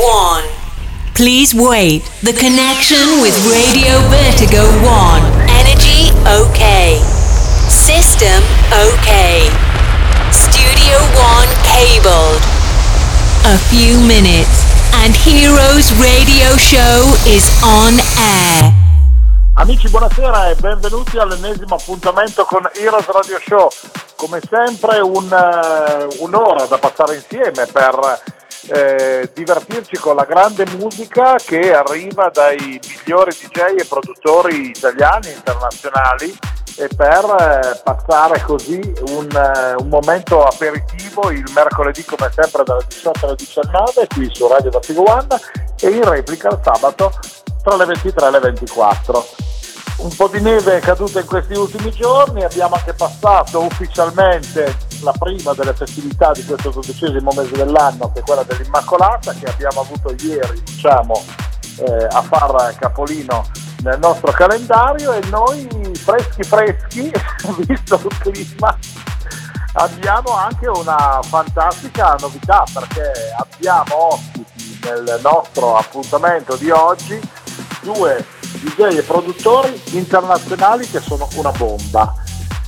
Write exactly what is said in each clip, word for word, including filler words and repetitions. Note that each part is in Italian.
One. Please wait. The connection with Radio Vertigo One. Energy okay. System okay. Studio One cabled. A few minutes and Heroes Radio Show is on air. Amici, buonasera e benvenuti all'ennesimo appuntamento con Heroes Radio Show. Come sempre un, uh, un'ora da passare insieme per eh, divertirci con la grande musica che arriva dai migliori D J e produttori italiani e internazionali, e per eh, passare così un, uh, un momento aperitivo il mercoledì come sempre dalle diciotto alle diciannove qui su Radio Vertigo One e in replica il sabato tra le ventitré e le ventiquattro. Un po' di neve è caduta in questi ultimi giorni, abbiamo anche passato ufficialmente la prima delle festività di questo dodicesimo mese dell'anno, che è quella dell'Immacolata, che abbiamo avuto ieri, diciamo, eh, a far capolino nel nostro calendario, e noi freschi freschi, visto il clima, abbiamo anche una fantastica novità, perché abbiamo ospiti nel nostro appuntamento di oggi due D J e produttori internazionali che sono una bomba,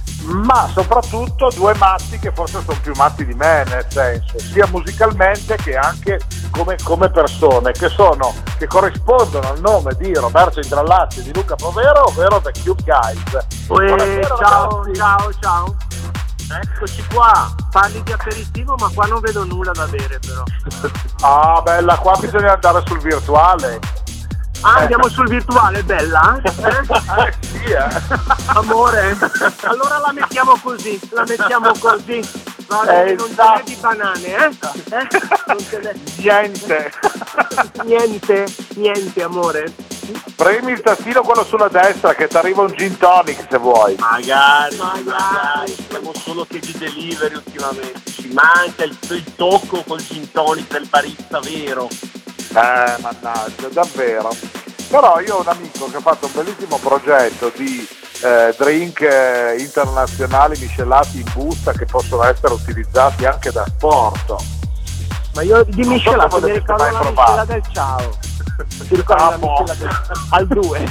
ma soprattutto due matti che forse sono più matti di me, nel senso sia musicalmente che anche come, come persone, che sono che corrispondono al nome di Roberto Indrallazzi e di Luca Povero, ovvero The Cube Guys. Uè, ciao, ciao, ciao. Eccoci qua, parli di aperitivo, ma qua non vedo nulla da bere però. Ah, bella, qua bisogna andare sul virtuale. Ah, andiamo sul virtuale, bella? Eh? Eh, sì, eh. Amore, allora la mettiamo così, la mettiamo così. Vale, Eh, non esatto. ce n'è di banane, eh? eh? Non ce n'è. Niente. Niente, niente, amore. Premi il tastino, quello sulla destra, che ti arriva un gin tonic se vuoi. Magari, Magari. magari, siamo solo che di delivery ultimamente, ci manca il, il tocco col gin tonic del barista vero. Eh, mannaggia, davvero. Però io ho un amico che ha fatto un bellissimo progetto di eh, drink eh, internazionali miscelati in busta che possono essere utilizzati anche da sport. Ma io di Non so miscelato come mi l'avete ricordo mai la provato. miscela del ciao. Ti ricordi Ah, la boh. miscela del al due?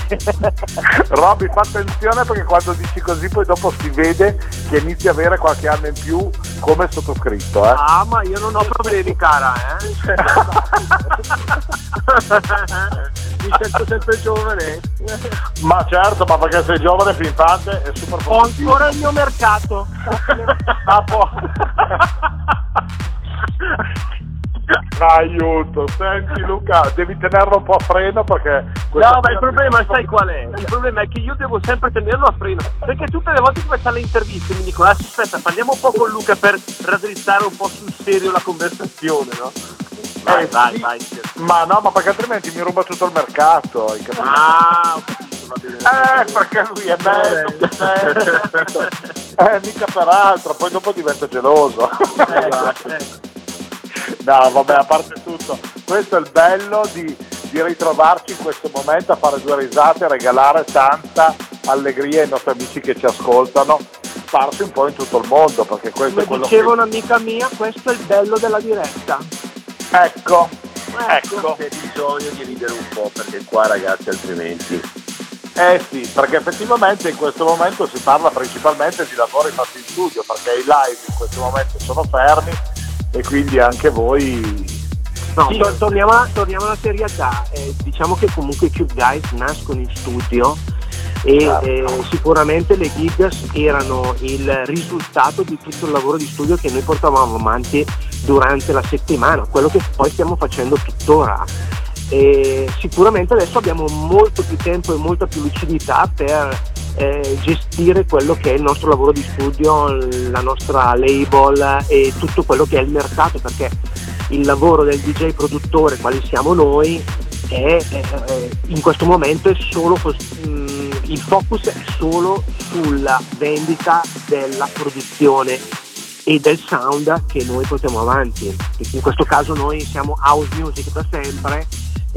Robby, fa attenzione, perché quando dici così poi dopo si vede che inizi a avere qualche anno in più come sottoscritto, eh? Ah, ma io non ho problemi, cara, eh? Mi sento sempre giovane. Ma certo, ma perché sei giovane, pimpante e super Ho positivo. ancora il mio mercato. Ah, boh. Aiuto, senti Luca, devi tenerlo un po' a freno perché... No, ma il problema sai qual è? Il problema è che io devo sempre tenerlo a freno, perché tutte le volte che faccio le interviste mi dicono: ah, aspetta, parliamo un po' con Luca per raddrizzare un po' sul serio la conversazione, no? Vai, Eh, vai, sì. vai. Ma no, ma perché altrimenti mi ruba tutto il mercato, hai capito? Ah, ho capito, va bene. Eh, perché lui è bello, bello. Eh, mica per altro, poi dopo diventa geloso. Eh, eh. No, vabbè, a parte tutto, questo è il bello di, di ritrovarci in questo momento a fare due risate, a regalare tanta allegria ai nostri amici che ci ascoltano, sparsi un po' in tutto il mondo, perché questo Come è quello diceva che... un'amica mia, questo è il bello della diretta. Ecco, ecco. C'è bisogno di ridere un po', perché qua ragazzi altrimenti... Eh sì, perché effettivamente in questo momento si parla principalmente di lavori fatti in studio, perché i live in questo momento sono fermi e quindi anche voi... No, to- torniamo, a, torniamo alla serietà. Eh, diciamo che comunque i Cube Guys nascono in studio e Certo. eh, sicuramente le gig erano il risultato di tutto il lavoro di studio che noi portavamo avanti durante la settimana, quello che poi stiamo facendo tuttora. E sicuramente adesso abbiamo molto più tempo e molta più lucidità per eh, gestire quello che è il nostro lavoro di studio, la nostra label e tutto quello che è il mercato, perché il lavoro del D J produttore, quali siamo noi, è, è in questo momento è solo mh, il focus è solo sulla vendita della produzione e del sound che noi portiamo avanti. In questo caso noi siamo house music da sempre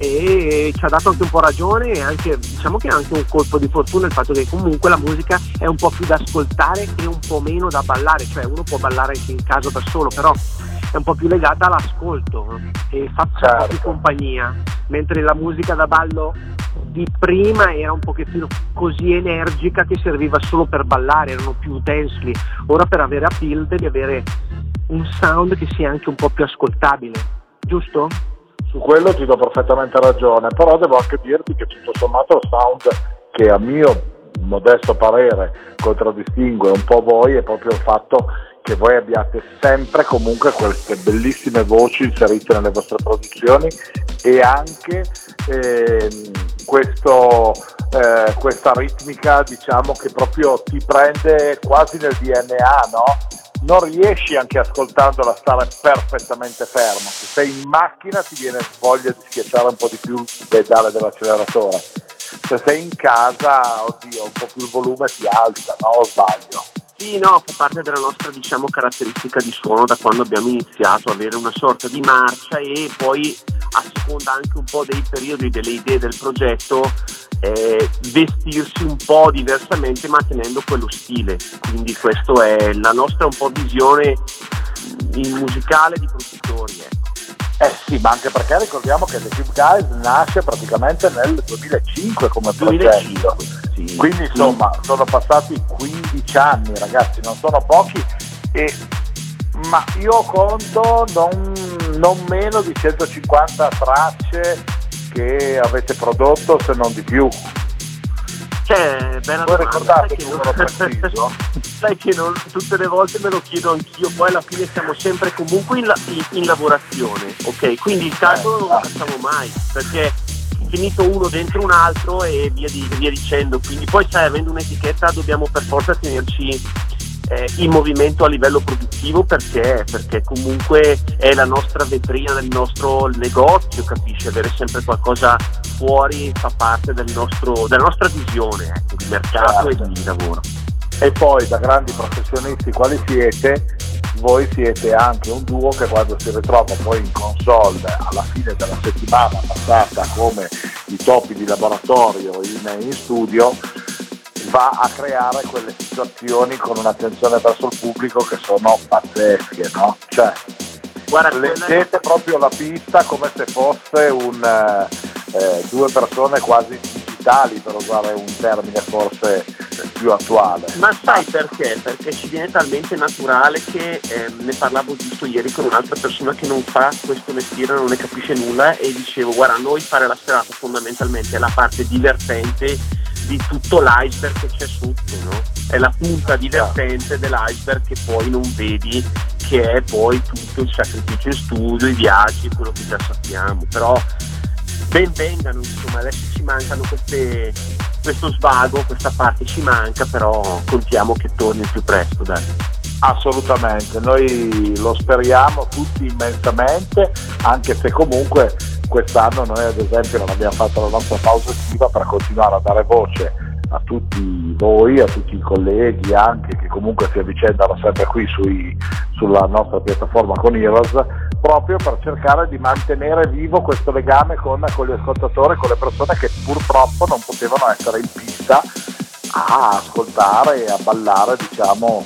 e ci ha dato anche un po' ragione, e anche diciamo che è anche un colpo di fortuna il fatto che comunque la musica è un po' più da ascoltare e un po' meno da ballare, cioè uno può ballare anche in casa da solo, però è un po' più legata all'ascolto e fa certo. un po' più compagnia, mentre la musica da ballo di prima era un pochettino così energica che serviva solo per ballare, erano più utensili. Ora per avere appeal devi avere un sound che sia anche un po' più ascoltabile, giusto? Su quello ti do perfettamente ragione, però devo anche dirti che tutto sommato il sound che a mio modesto parere contraddistingue un po' voi è proprio il fatto che voi abbiate sempre comunque queste bellissime voci inserite nelle vostre produzioni e anche eh, questo, eh, questa ritmica, diciamo, che proprio ti prende quasi nel D N A, no? Non riesci anche ascoltandola a stare perfettamente fermo, se sei in macchina ti viene voglia di schiacciare un po' di più il pedale dell'acceleratore, se sei in casa, oddio, un po' più il volume si alza, no? O sbaglio? Sì, no, fa parte della nostra, diciamo, caratteristica di suono da quando abbiamo iniziato, avere una sorta di marcia e poi a seconda anche un po' dei periodi, delle idee del progetto, eh, vestirsi un po' diversamente ma tenendo quello stile. Quindi questo è la nostra un po' visione in musicale di produttori, ecco. Eh sì, ma anche perché ricordiamo che The Cube Guys nasce praticamente nel duemilacinque come progetto, sì. Quindi insomma sono passati quindici anni, ragazzi, non sono pochi, e ma io conto non, non meno di centocinquanta tracce che avete prodotto, se non di più. Cioè, bella Voi domanda. ricordate Sai il che numero non... preciso? Sai che non, tutte le volte me lo chiedo anch'io, poi alla fine siamo sempre comunque in, la, in, in lavorazione, ok? Quindi il calcolo non lo facciamo mai, perché finito uno dentro un altro e via, di, via dicendo, quindi poi sai, avendo un'etichetta dobbiamo per forza tenerci eh, in movimento a livello produttivo, perché perché comunque è la nostra vetrina del nostro negozio, capisci? Avere sempre qualcosa fuori fa parte del nostro, della nostra visione, ecco, di mercato certo. E di lavoro. E poi da grandi professionisti quali siete, voi siete anche un duo che quando si ritrova poi in console alla fine della settimana passata come i topi di laboratorio in, in studio, va a creare quelle situazioni con un'attenzione verso il pubblico che sono pazzesche, no? Cioè, guarda, leggete è... proprio la pista come se fosse un eh, due persone quasi digitali, per usare un termine forse più attuale. Ma sai perché? Perché ci viene talmente naturale che eh, ne parlavo giusto ieri con un'altra persona che non fa questo mestiere, non ne capisce nulla, e dicevo guarda, noi fare la serata fondamentalmente è la parte divertente di tutto l'iceberg che c'è sotto, no? È la punta divertente dell'iceberg che poi non vedi, che è poi tutto il sacrificio in studio, i viaggi, quello che già sappiamo. Però ben vengano, insomma, adesso ci mancano queste, questo svago, questa parte ci manca, però contiamo che torni il più presto, dai. Assolutamente, noi lo speriamo tutti immensamente, anche se comunque quest'anno noi ad esempio non abbiamo fatto la nostra pausa estiva per continuare a dare voce a tutti voi, a tutti i colleghi anche che comunque si avvicendano sempre qui sui, sulla nostra piattaforma con Heroes, proprio per cercare di mantenere vivo questo legame con, con gli ascoltatori, con le persone che purtroppo non potevano essere in pista a ascoltare e a ballare, diciamo,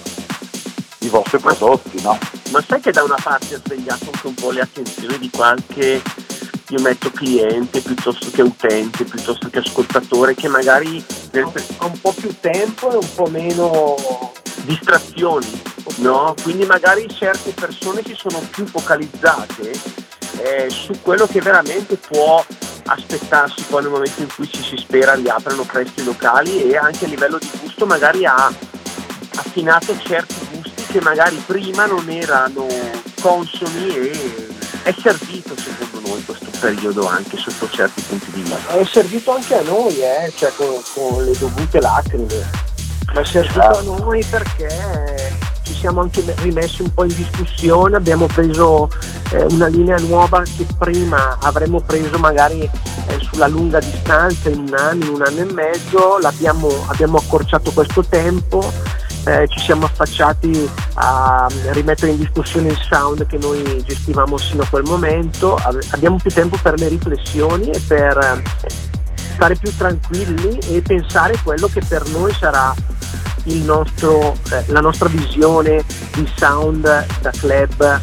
i vostri prodotti, no? Ma sai che da una parte ha svegliato anche un po' le attenzioni di qualche, io metto cliente piuttosto che utente, piuttosto che ascoltatore, che magari ha un po' più tempo e un po' meno distrazioni, no? Quindi magari certe persone si sono più focalizzate eh, su quello che veramente può aspettarsi poi nel momento in cui ci si spera riaprano presto i locali, e anche a livello di gusto magari ha affinato certi gusti che magari prima non erano consoni, e è servito secondo noi questo periodo anche sotto certi punti di vista. È servito anche a noi, eh? Cioè con, con le dovute lacrime, ma è servito a noi perché ci siamo anche rimessi un po' in discussione, abbiamo preso eh, una linea nuova che prima avremmo preso magari eh, sulla lunga distanza in un anno, in un anno e mezzo, l'abbiamo, abbiamo accorciato questo tempo. Eh, ci siamo affacciati a rimettere in discussione il sound che noi gestivamo sino a quel momento, abbiamo più tempo per le riflessioni e per stare più tranquilli e pensare quello che per noi sarà il nostro, eh, la nostra visione di sound da club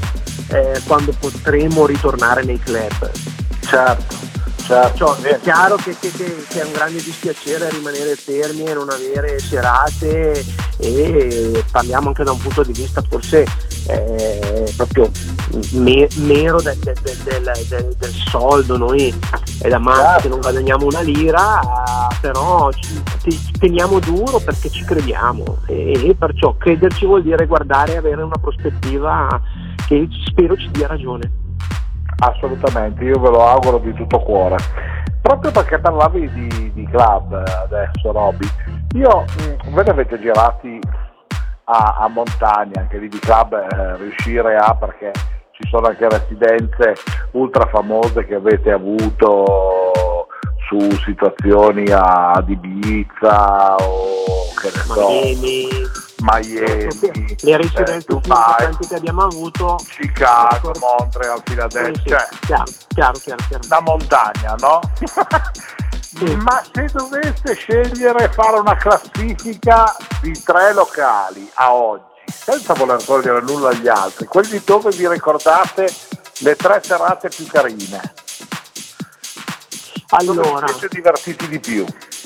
eh, quando potremo ritornare nei club. Certo, certo. Cioè, è chiaro che, che, che, che è un grande dispiacere rimanere fermi e non avere serate, e parliamo anche da un punto di vista forse eh, proprio me, mero del, del, del, del, del soldo. Noi è da mano certo. che non guadagniamo una lira, però ci, ci teniamo duro perché ci crediamo, e, e perciò crederci vuol dire guardare e avere una prospettiva che spero ci dia ragione. Assolutamente, io ve lo auguro di tutto cuore. Proprio perché parlavi di, di club adesso, Roby, io mh, voi ne avete girati a, a montagna, anche lì di club, eh, riuscire a, perché ci sono anche residenze ultra famose che avete avuto su situazioni ad Ibiza o che ne so, Miami, Miami, le residenze più eh, Dubai, importanti che abbiamo avuto, Chicago, Montreal, Philadelphia, sì, sì, cioè chiaro, chiaro, chiaro, chiaro. la montagna, no? Sì. Ma se doveste scegliere e fare una classifica di tre locali a oggi, senza voler togliere nulla agli altri, quelli dove vi ricordate le tre serate più carine, Allora, dove vi siete divertiti di più?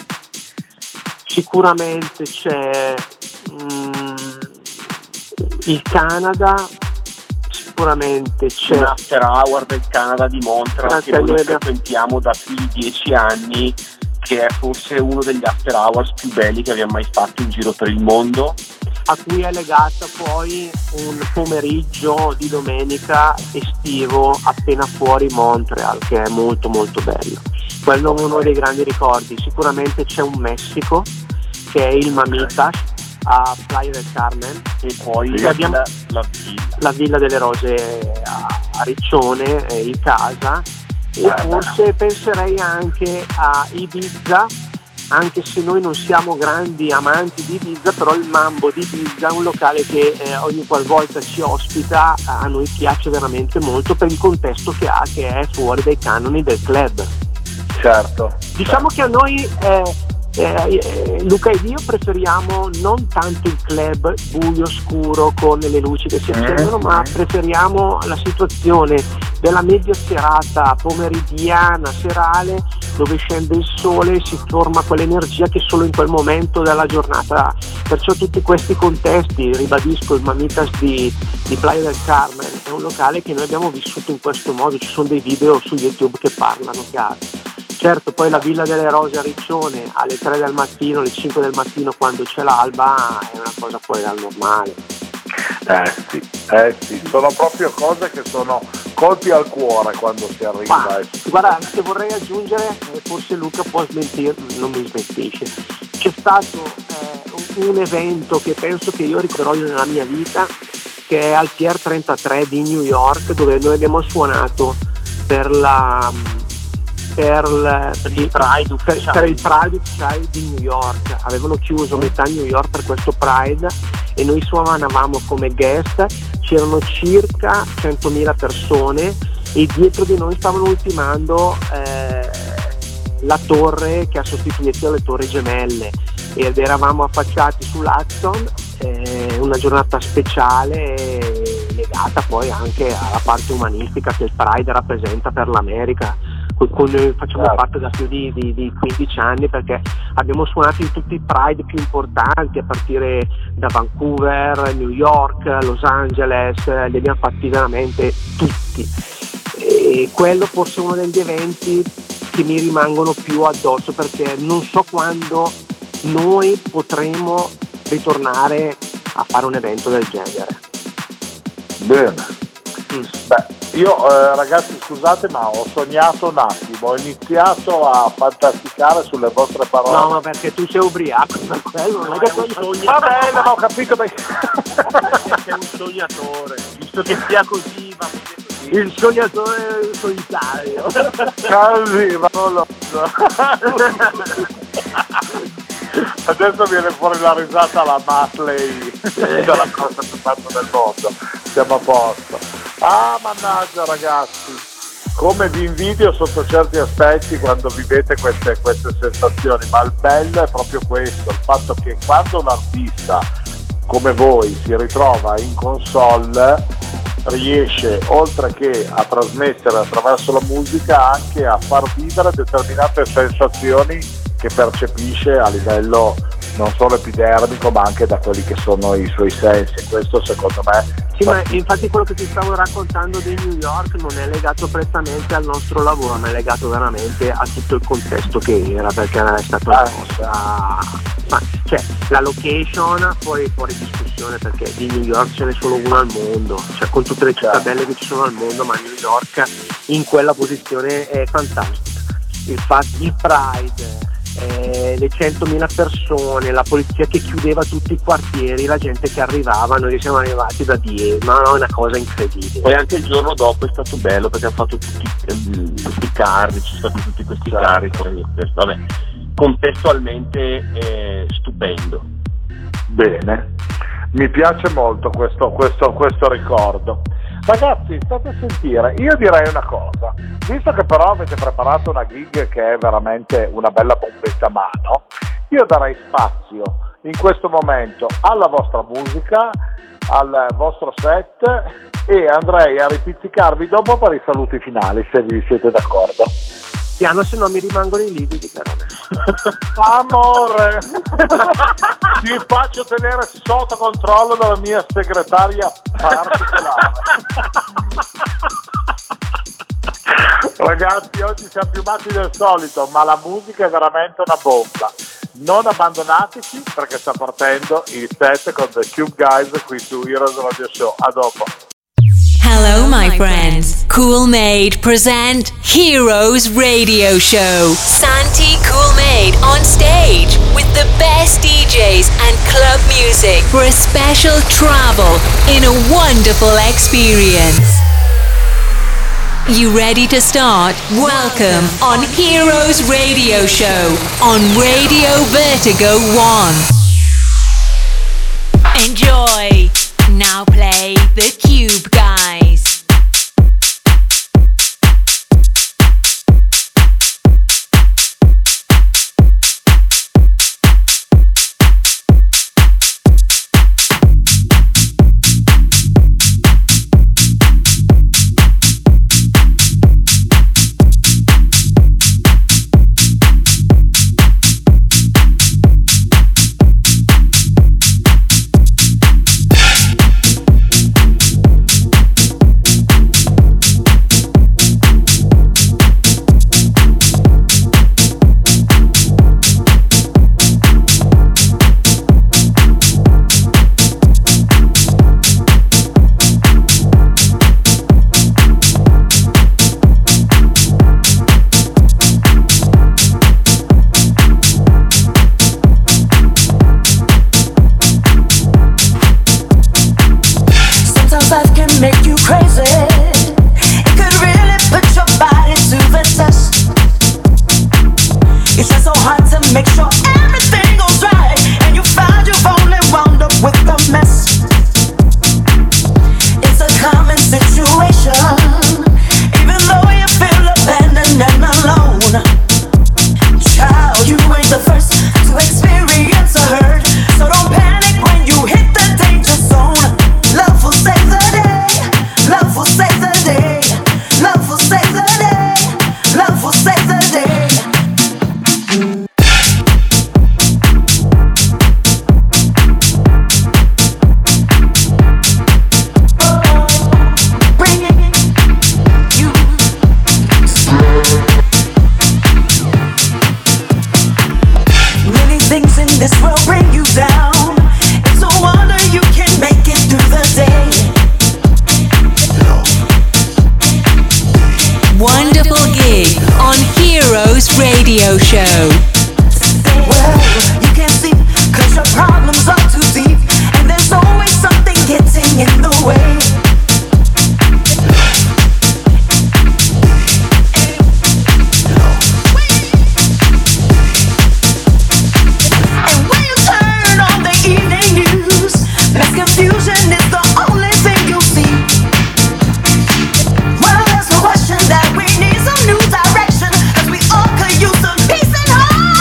sicuramente c'è mm, il Canada, sicuramente c'è un after hour del Canada di Montreal Ah, che cioè, noi noi frequentiamo da più di dieci anni, che è forse uno degli after hours più belli che abbiamo mai fatto in giro per il mondo, a cui è legata poi un pomeriggio di domenica estivo appena fuori Montreal, che è molto molto bello. Quello è uno dei grandi ricordi. Sicuramente c'è un Messico, che è il Mamitas a Playa del Carmen, e poi Sì, abbiamo- la, la villa. la Villa delle Rose a, a Riccione, eh, in casa, e Guarda. forse penserei anche a Ibiza, anche se noi non siamo grandi amanti di Ibiza, però il Mambo di Ibiza è un locale che eh, ogni qualvolta ci ospita a noi piace veramente molto per il contesto che ha, che è fuori dai canoni del club. Certo. Diciamo che a noi eh, eh, eh, Luca ed io preferiamo non tanto il club buio scuro con le luci che si accendono, ma preferiamo la situazione della media serata pomeridiana, serale, dove scende il sole e si forma quell'energia che solo in quel momento della giornata ha. Perciò tutti questi contesti, ribadisco, il Mamitas di, di Playa del Carmen è un locale che noi abbiamo vissuto in questo modo. Ci sono dei video su YouTube che parlano chiaro. Certo, poi la Villa delle Rose a Riccione alle tre del mattino, alle cinque del mattino, quando c'è l'alba, è una cosa fuori dal normale. Eh sì, eh sì, sono proprio cose che sono colpi al cuore quando si arriva. Ma, eh. guarda, se vorrei aggiungere, eh, forse Luca può smentire, non mi smentisce, c'è stato eh, un evento che penso che io ricorderò nella mia vita, che è al Pier trentatré di New York, dove noi abbiamo suonato per la per, l, per il Pride per, per il Pride ufficiale di New York. Avevano chiuso metà New York per questo Pride e noi suonavamo come guest. C'erano circa centomila persone e dietro di noi stavano ultimando eh, la torre che ha sostituito le torri gemelle, ed eravamo affacciati sull'Hudson, eh, una giornata speciale legata poi anche alla parte umanistica che il Pride rappresenta per l'America. Con noi facciamo parte da più di, di, di quindici anni, perché abbiamo suonato in tutti i Pride più importanti, a partire da Vancouver, New York, Los Angeles, li abbiamo fatti veramente tutti, e quello forse è uno degli eventi che mi rimangono più addosso, perché non so quando noi potremo ritornare a fare un evento del genere. Bene. Beh, io eh, ragazzi scusate, ma ho sognato un attimo, ho iniziato a fantasticare sulle vostre parole. No, ma perché tu sei ubriaco, per quello non è che tu sogni. Va bene, ma ho capito perché. Sei un sognatore, visto che sia così, va bene così. Il sognatore solitario. Così, ma non lo so. Adesso viene fuori la risata alla Matley della cosa più fatta del mondo. Siamo a posto. Ah, mannaggia ragazzi, come vi invidio sotto certi aspetti quando vivete queste, queste sensazioni, ma il bello è proprio questo, il fatto che quando un artista come voi si ritrova in console riesce, oltre che a trasmettere attraverso la musica, anche a far vivere determinate sensazioni che percepisce a livello non solo epidermico ma anche da quelli che sono i suoi sensi. Questo secondo me sì, ma infatti quello che ti stavo raccontando di New York non è legato prettamente al nostro lavoro, ma è legato veramente a tutto il contesto che era, perché è stata una cosa, ma, cioè la location fuori, fuori discussione, perché di New York ce n'è solo uno al mondo, cioè con tutte le città belle che ci sono al mondo, ma New York in quella posizione è fantastica. Il, fatto, il Pride, Eh, le centomila persone, la polizia che chiudeva tutti i quartieri, la gente che arrivava, noi siamo arrivati da dietro, ma no, è una cosa incredibile. Poi anche il giorno dopo è stato bello perché hanno fatto tutti ehm, questi carri, ci sono stati tutti questi carri, poi, vabbè, contestualmente è stupendo. Bene, mi piace molto questo, questo, questo ricordo. Ragazzi, state a sentire, io direi una cosa, visto che però avete preparato una gig che è veramente una bella bombetta a mano, io darei spazio in questo momento alla vostra musica, al vostro set, e andrei a ripizzicarvi dopo per i saluti finali, se vi siete d'accordo. Piano, se no mi rimangono i lividi, carone. Amore, ti faccio tenere sotto controllo dalla mia segretaria particolare. Ragazzi, oggi siamo più matti del solito, ma la musica è veramente una bomba. Non abbandonateci perché sta partendo il set con The Cube Guys qui su Heroes Radio Show. A dopo. Hello, my friends. Cool Made present Heroes Radio Show. Santi Cool Made on stage with the best D Js and club music for a special travel in a wonderful experience. You ready to start? Welcome on Heroes Radio Show on Radio Vertigo One. Enjoy. Now play The Cube Guys. Radio Show. Well, you can't sleep 'cause your problems are too deep, and there's always something getting in the way. And when you turn on the evening news, mass confusion is the only thing you'll see. Well, there's no question that we need some new direction, 'cause we all could use some peace and harmony.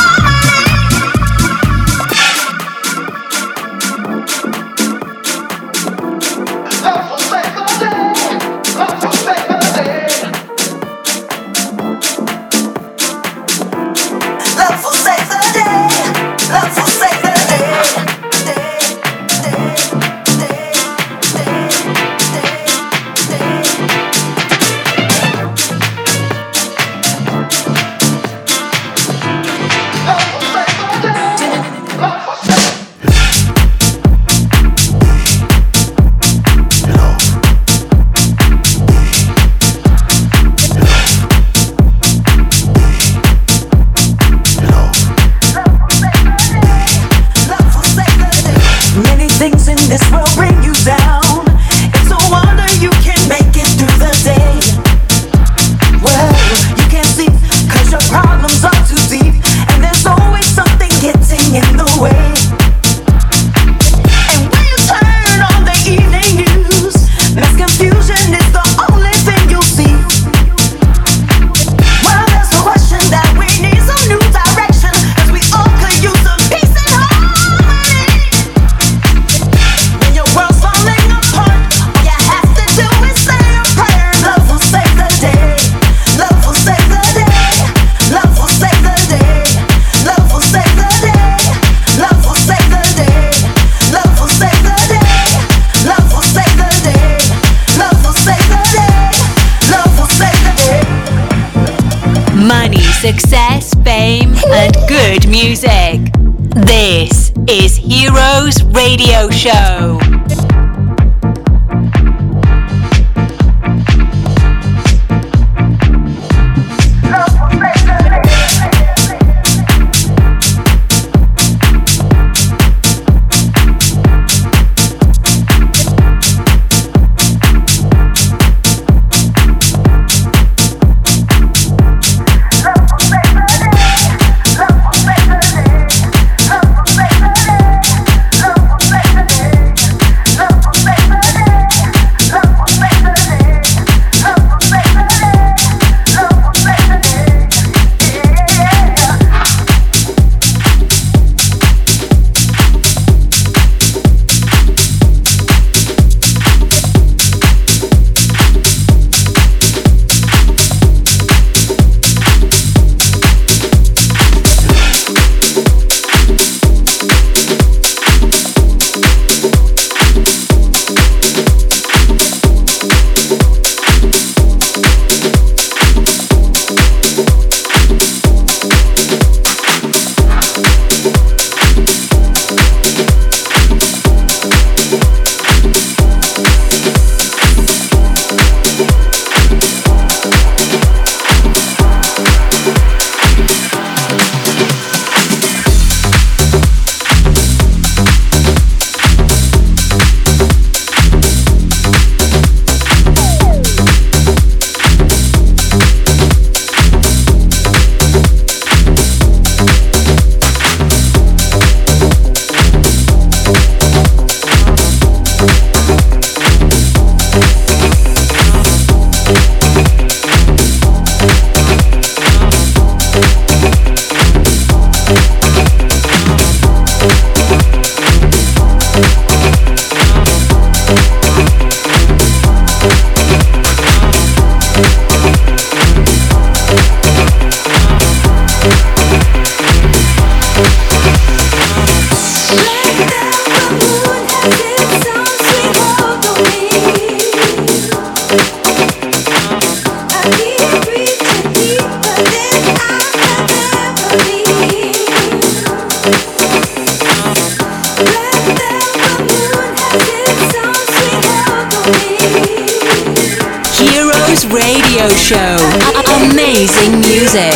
success, fame, and good music. This is Heroes Radio Show. Radio Show. A- amazing music.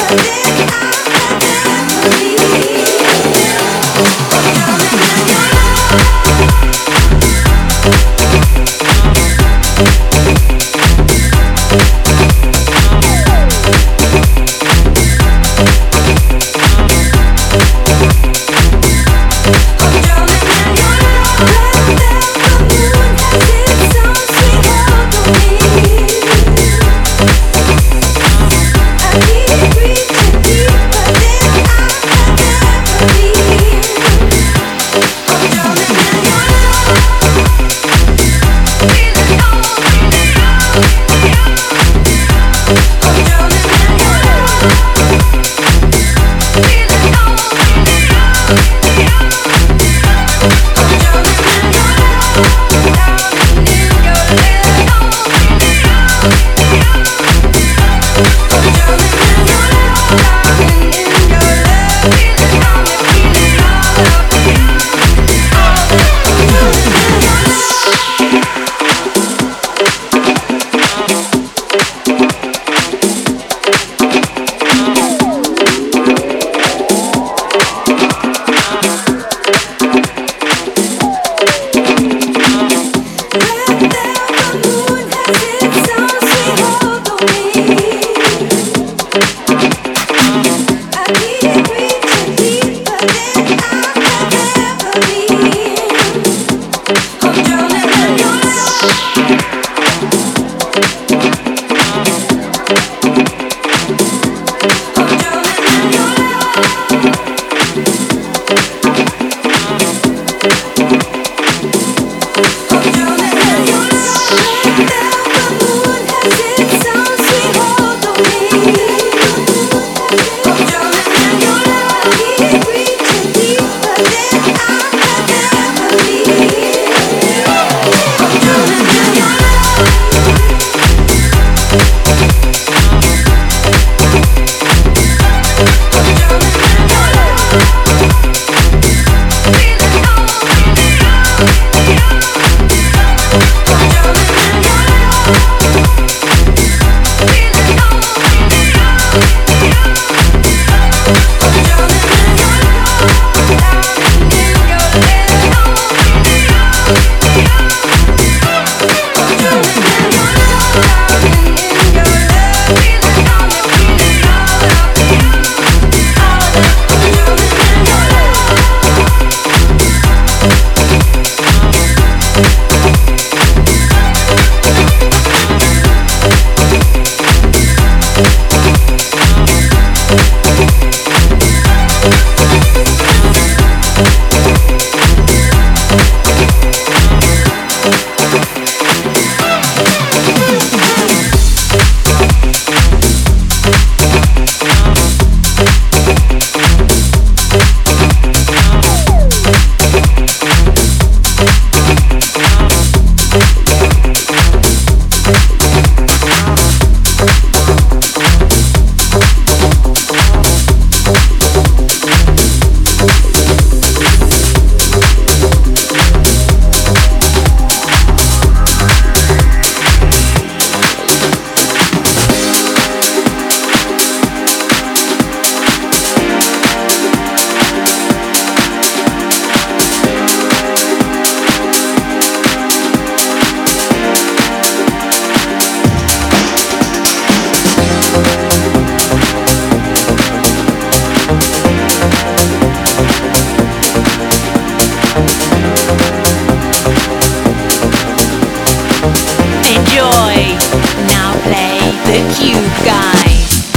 Cube Guys.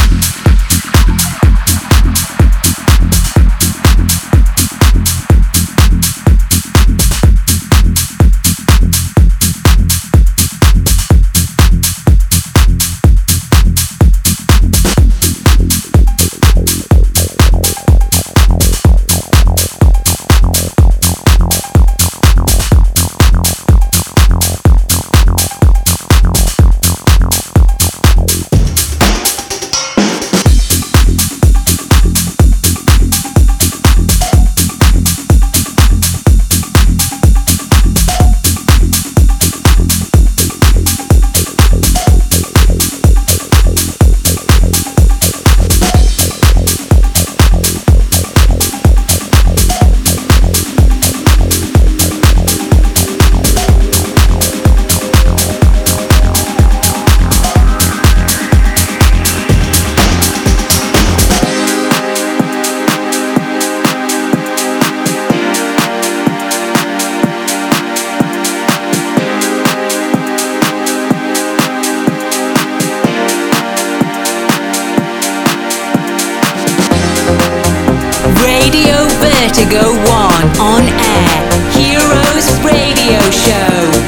Vertigo One on air, Heroes Radio Show.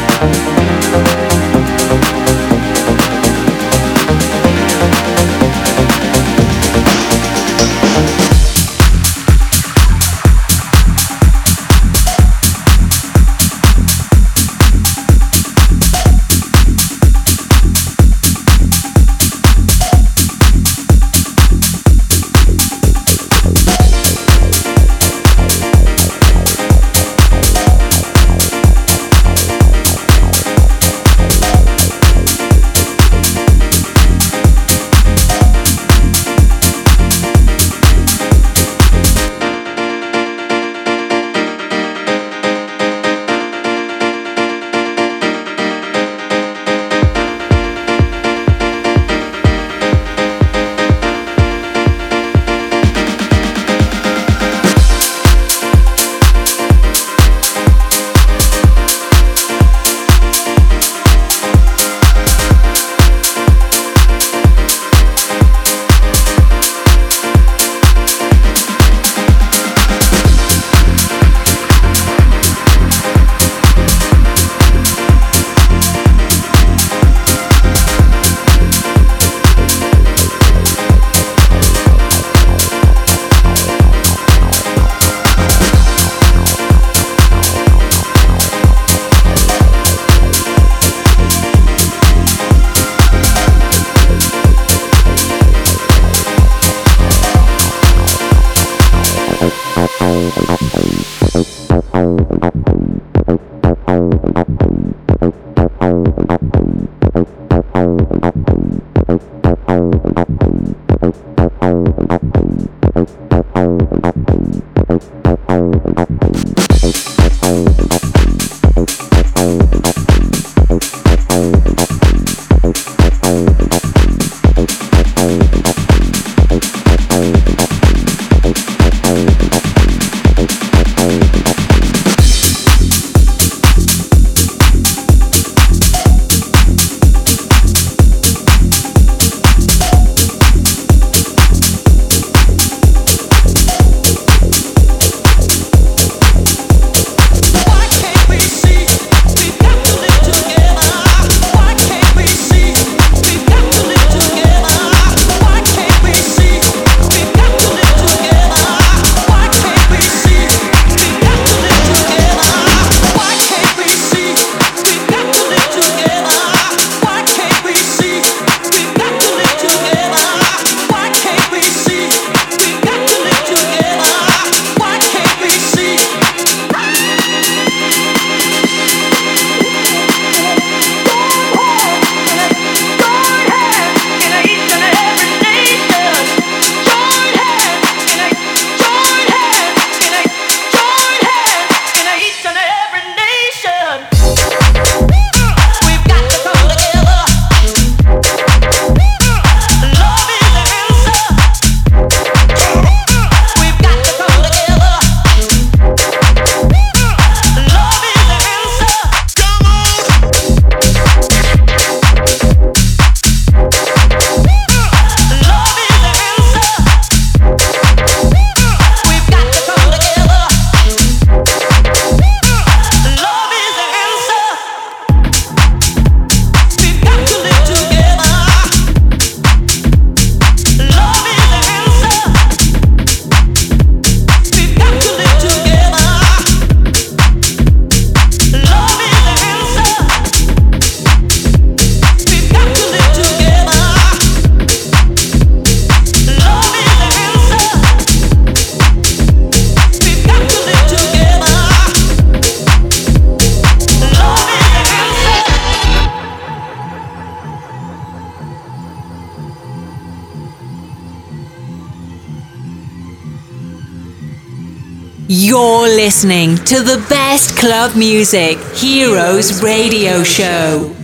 You're listening to the best club music, Heroes Radio Show.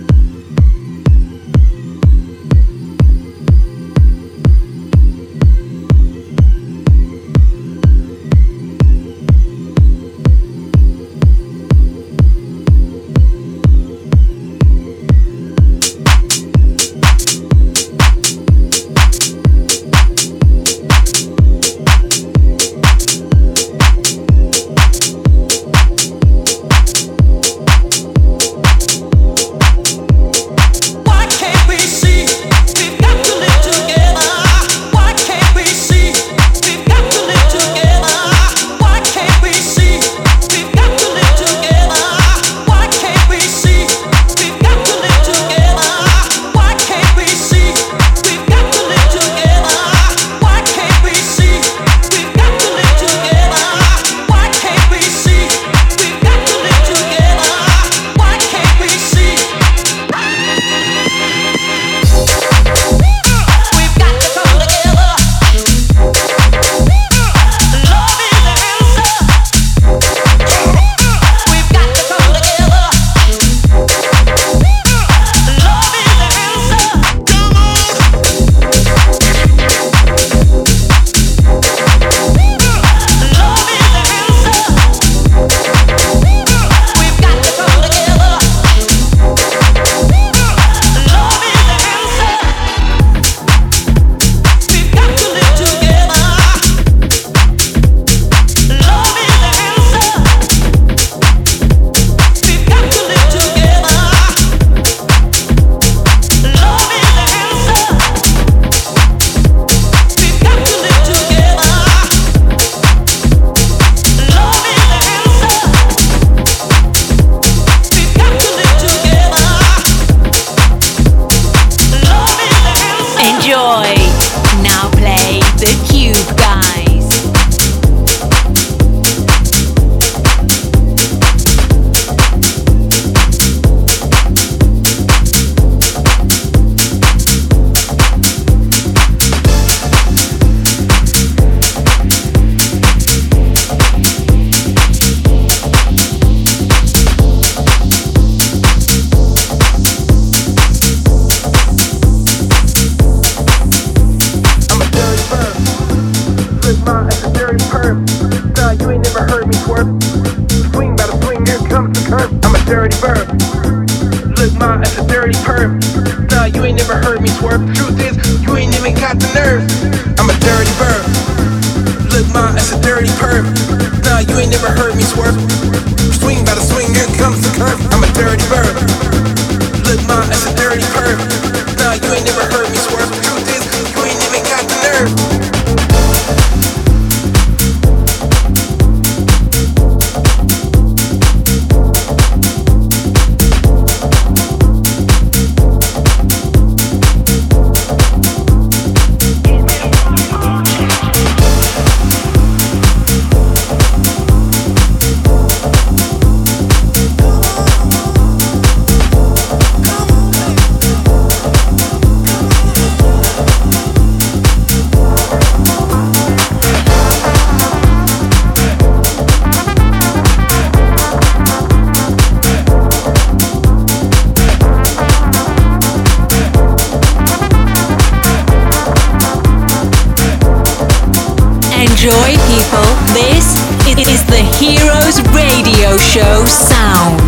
Enjoy, people. This is the Heroes Radio Show sound.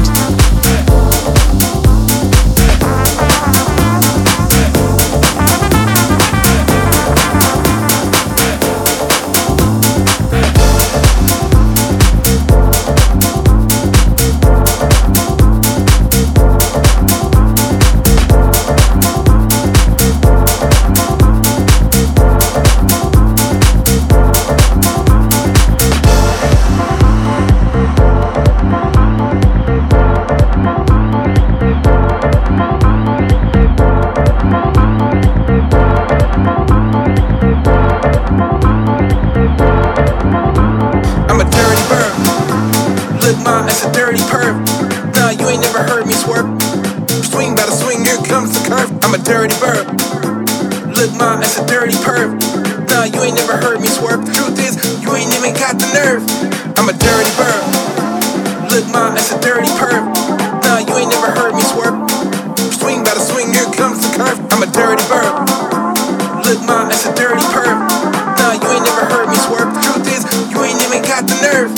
Look, ma, it's a dirty perv. Nah, you ain't never heard me swerve. The truth is, you ain't even ain't got the nerve. I'm a dirty bird. Look, ma, it's a dirty perv. Nah, you ain't never heard me swerve. Swing by the swing, here comes the curve. I'm a dirty bird. Look, ma, it's a dirty perv. Nah, you ain't never heard me swerve. The truth is, you ain't even got the nerve.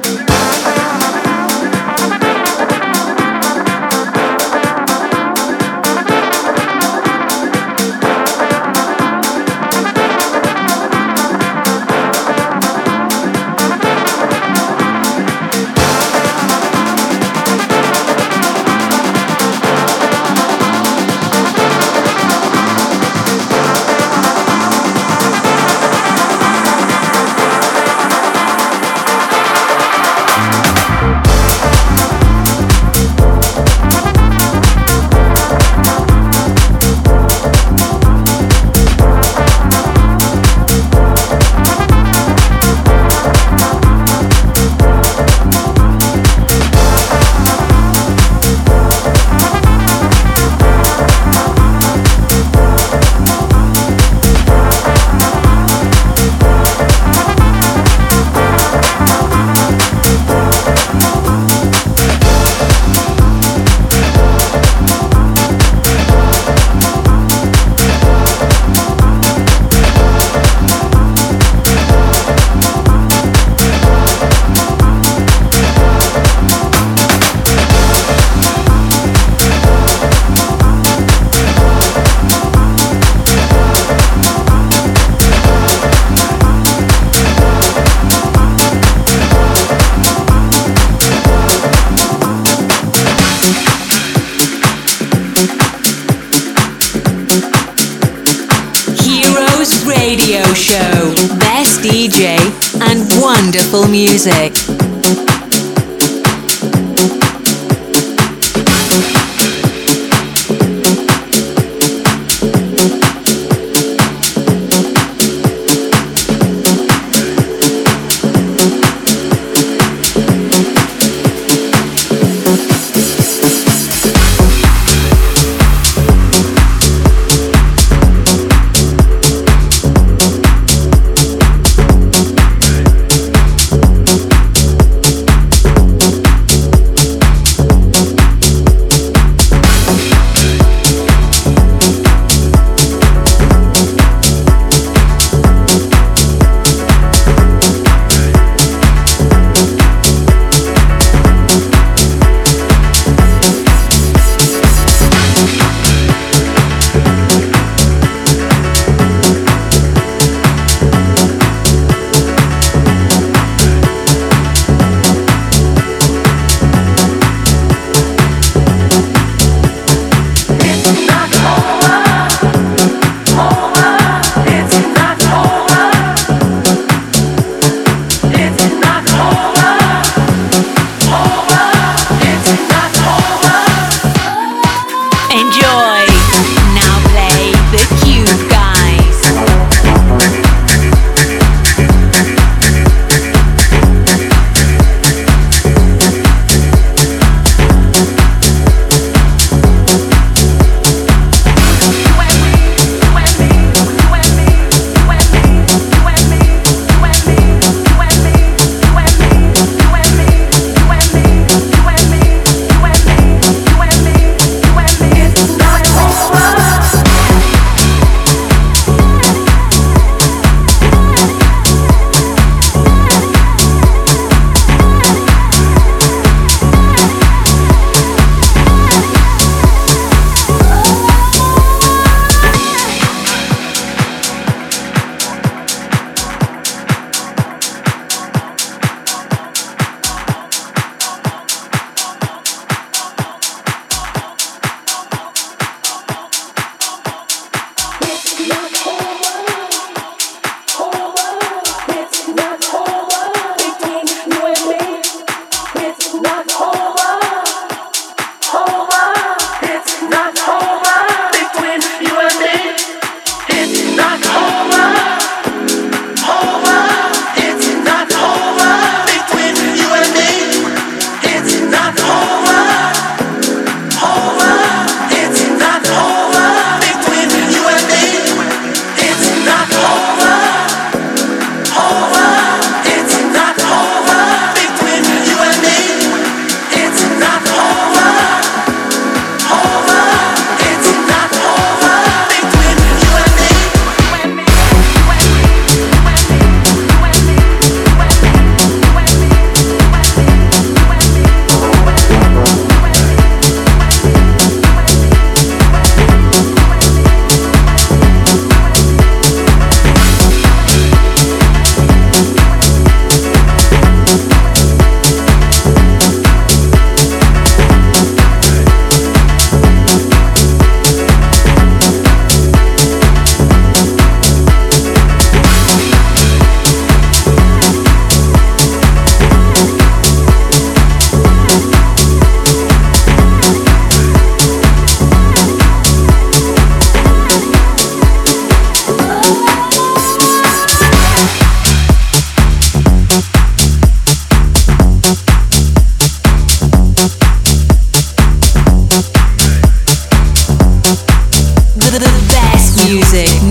Show, best D J and wonderful music.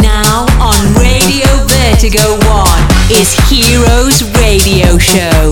Now on Radio Vertigo One is Heroes Radio Show.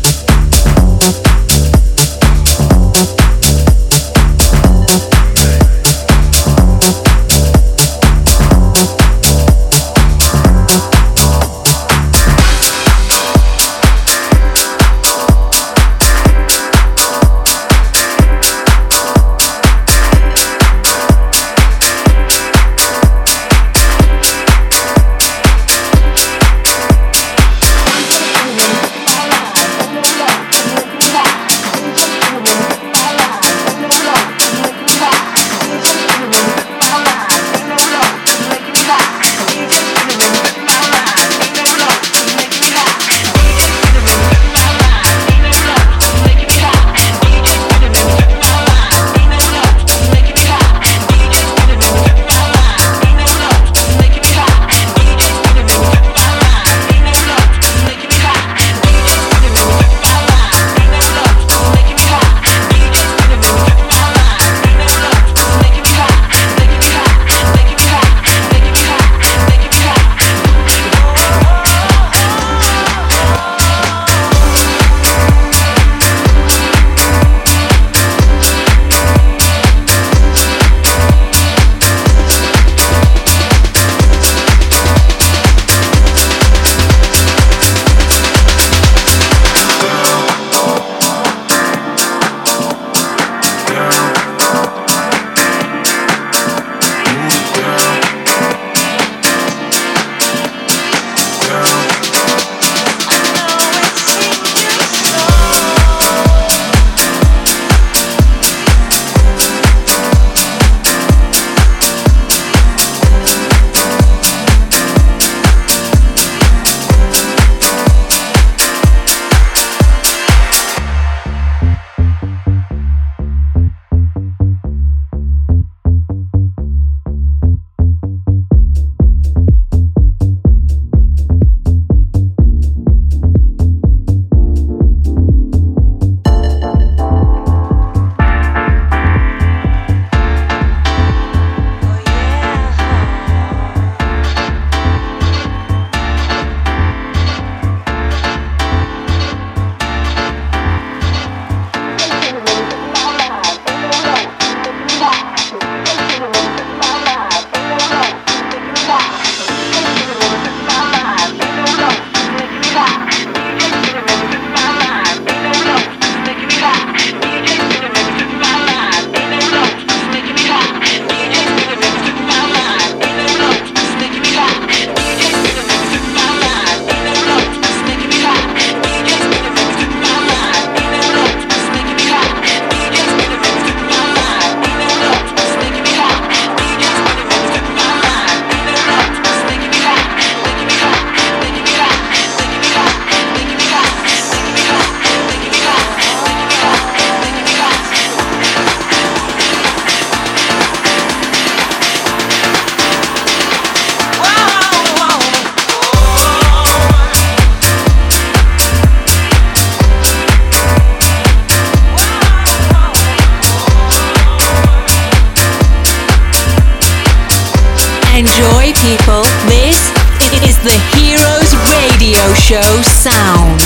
Enjoy, people. This is the Heroes Radio Show sound.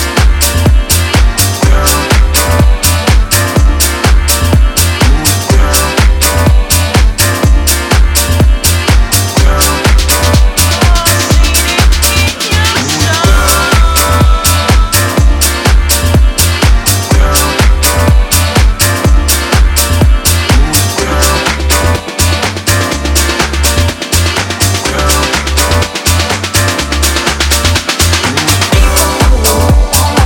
Oh,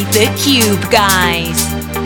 by the Cube Guys.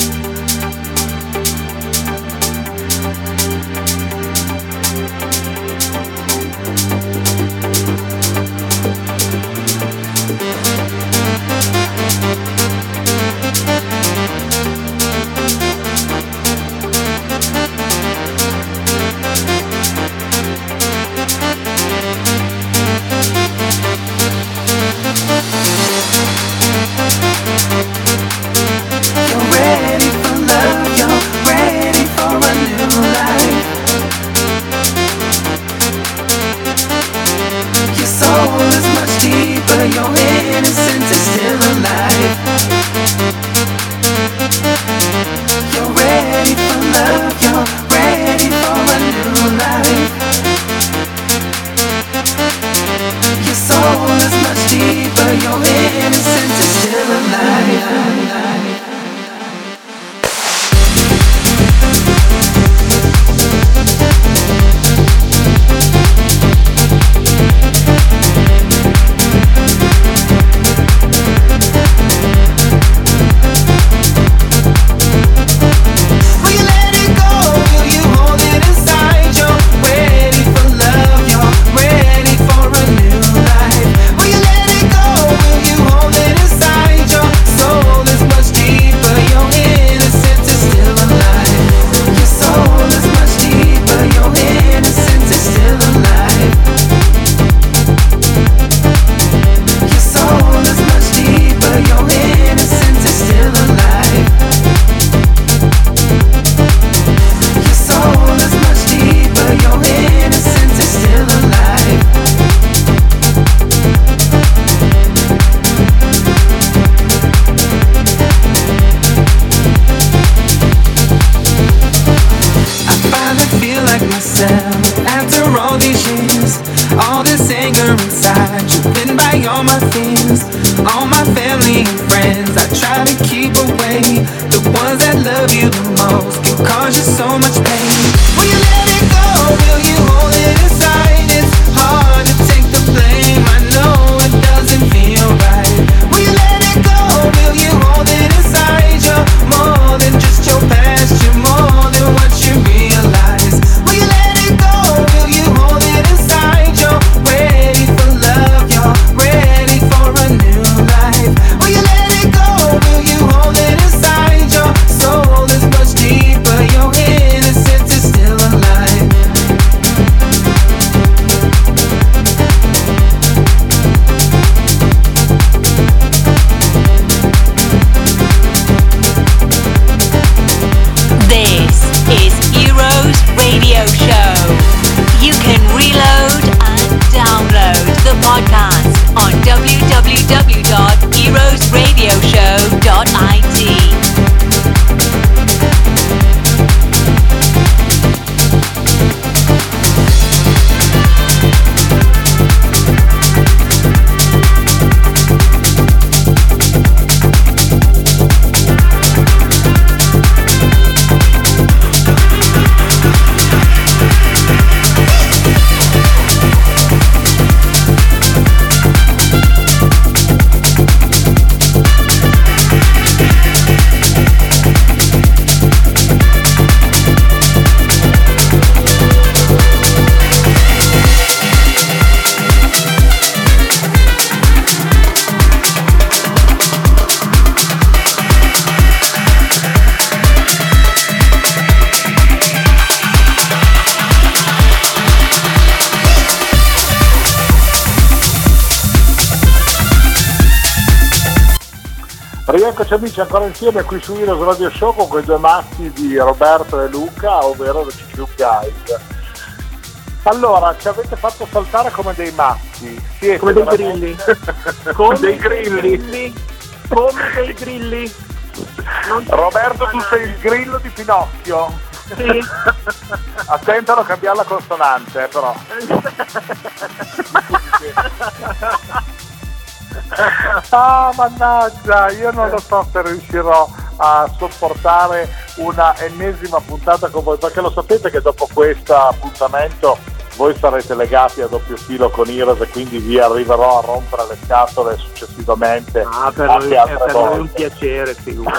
Rieccoci amici ancora insieme qui su Heroes Radio Show con quei due maschi di Roberto e Luca, ovvero The Cube Guys. Allora, ci avete fatto saltare come dei maschi. Siete come dei veramente... grilli. Come dei grilli. Come dei grilli. Non Roberto, tu sei il grillo di Pinocchio. Sì. Attento a non cambiare la consonante, eh, però. Ah, mannaggia, io non lo so se riuscirò a sopportare una ennesima puntata con voi, perché lo sapete che dopo questo appuntamento voi sarete legati a doppio filo con Heroes e quindi vi arriverò a rompere le scatole successivamente. Ah, per noi, è per noi un piacere,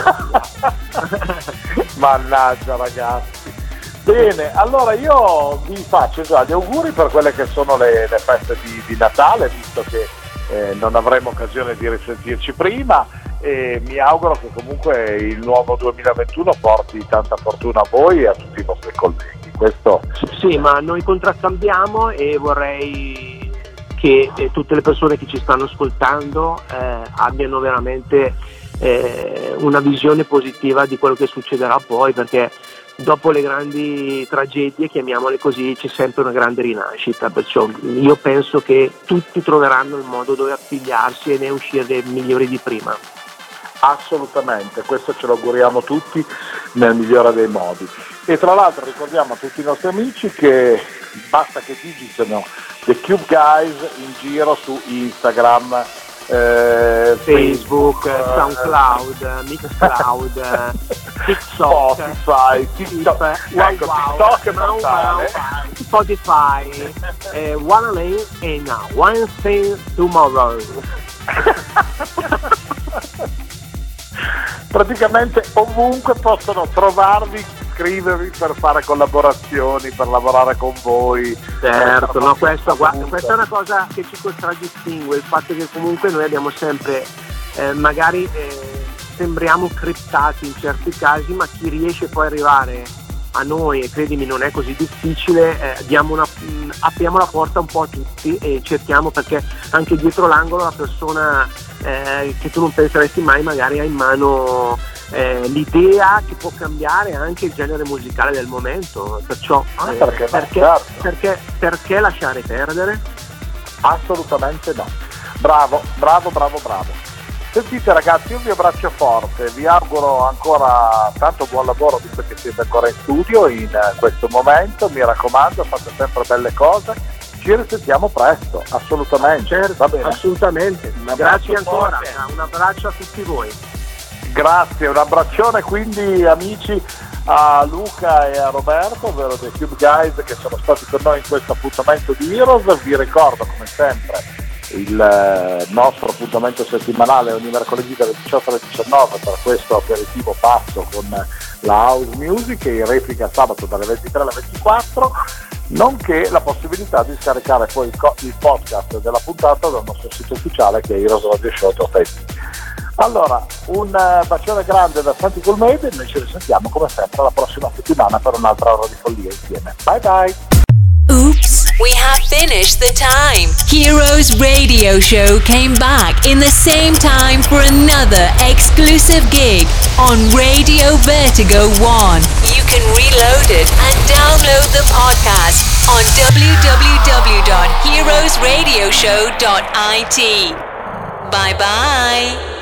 Mannaggia ragazzi. Bene, allora io vi faccio già gli auguri per quelle che sono le, le feste di, di Natale, visto che eh, non avremo occasione di risentirci prima, e mi auguro che comunque il nuovo duemilaventuno porti tanta fortuna a voi e a tutti i vostri colleghi. Questo sì, ma noi contraccambiamo e vorrei che eh, tutte le persone che ci stanno ascoltando eh, abbiano veramente eh, una visione positiva di quello che succederà poi, perché dopo le grandi tragedie, chiamiamole così, c'è sempre una grande rinascita, perciò io penso che tutti troveranno il modo dove appigliarsi e ne uscire migliori di prima. Assolutamente, questo ce lo auguriamo tutti nel migliore dei modi. E tra l'altro ricordiamo a tutti i nostri amici che basta che digitino The Cube Guys in giro su Instagram, eh, Facebook, Facebook, SoundCloud, Mixcloud, TikTok, Spotify, TikTok, wow, ecco, wow, TikTok wow, wow, Spotify, eh, One Lane e now One Thing Tomorrow. Praticamente ovunque possono trovarvi, scrivervi per fare collaborazioni, per lavorare con voi. Certo, no, questo, guarda, questa è una cosa che ci contraddistingue, il fatto che comunque noi abbiamo sempre, eh, magari eh, sembriamo criptati in certi casi, ma chi riesce poi ad arrivare a noi, e credimi non è così difficile, eh, diamo una, mh, apriamo la porta un po' a tutti e cerchiamo, perché anche dietro l'angolo la persona eh, che tu non penseresti mai magari ha in mano eh, l'idea che può cambiare anche il genere musicale del momento, perciò ah, eh, perché, perché, certo. perché, perché lasciare perdere? Assolutamente no. Bravo, bravo, bravo, bravo. Sentite ragazzi, io vi abbraccio forte, vi auguro ancora tanto buon lavoro visto che siete ancora in studio in questo momento, mi raccomando fate sempre belle cose, ci risentiamo presto, assolutamente. Certo, va bene? Assolutamente, grazie ancora, forte. Un abbraccio a tutti voi. Grazie, un abbraccione quindi amici a Luca e a Roberto, ovvero The Cube Guys, che sono stati con noi in questo appuntamento di Heroes. Vi ricordo come sempre il nostro appuntamento settimanale ogni mercoledì dalle diciotto alle diciannove per questo aperitivo passo con la house music, e in replica sabato dalle ventitré alle ventiquattro, nonché la possibilità di scaricare poi il, co- il podcast della puntata dal nostro sito ufficiale che è Heroes Radio Show punto it. Allora, un bacione grande da Santi Cool Made e noi ci risentiamo come sempre la prossima settimana per un'altra ora di follia insieme. Bye bye! Oops, we have finished the time. Heroes Radio Show came back in the same time for another exclusive gig on Radio Vertigo One. You can reload it and download the podcast on w w w dot heroes radio show dot i t. Bye bye.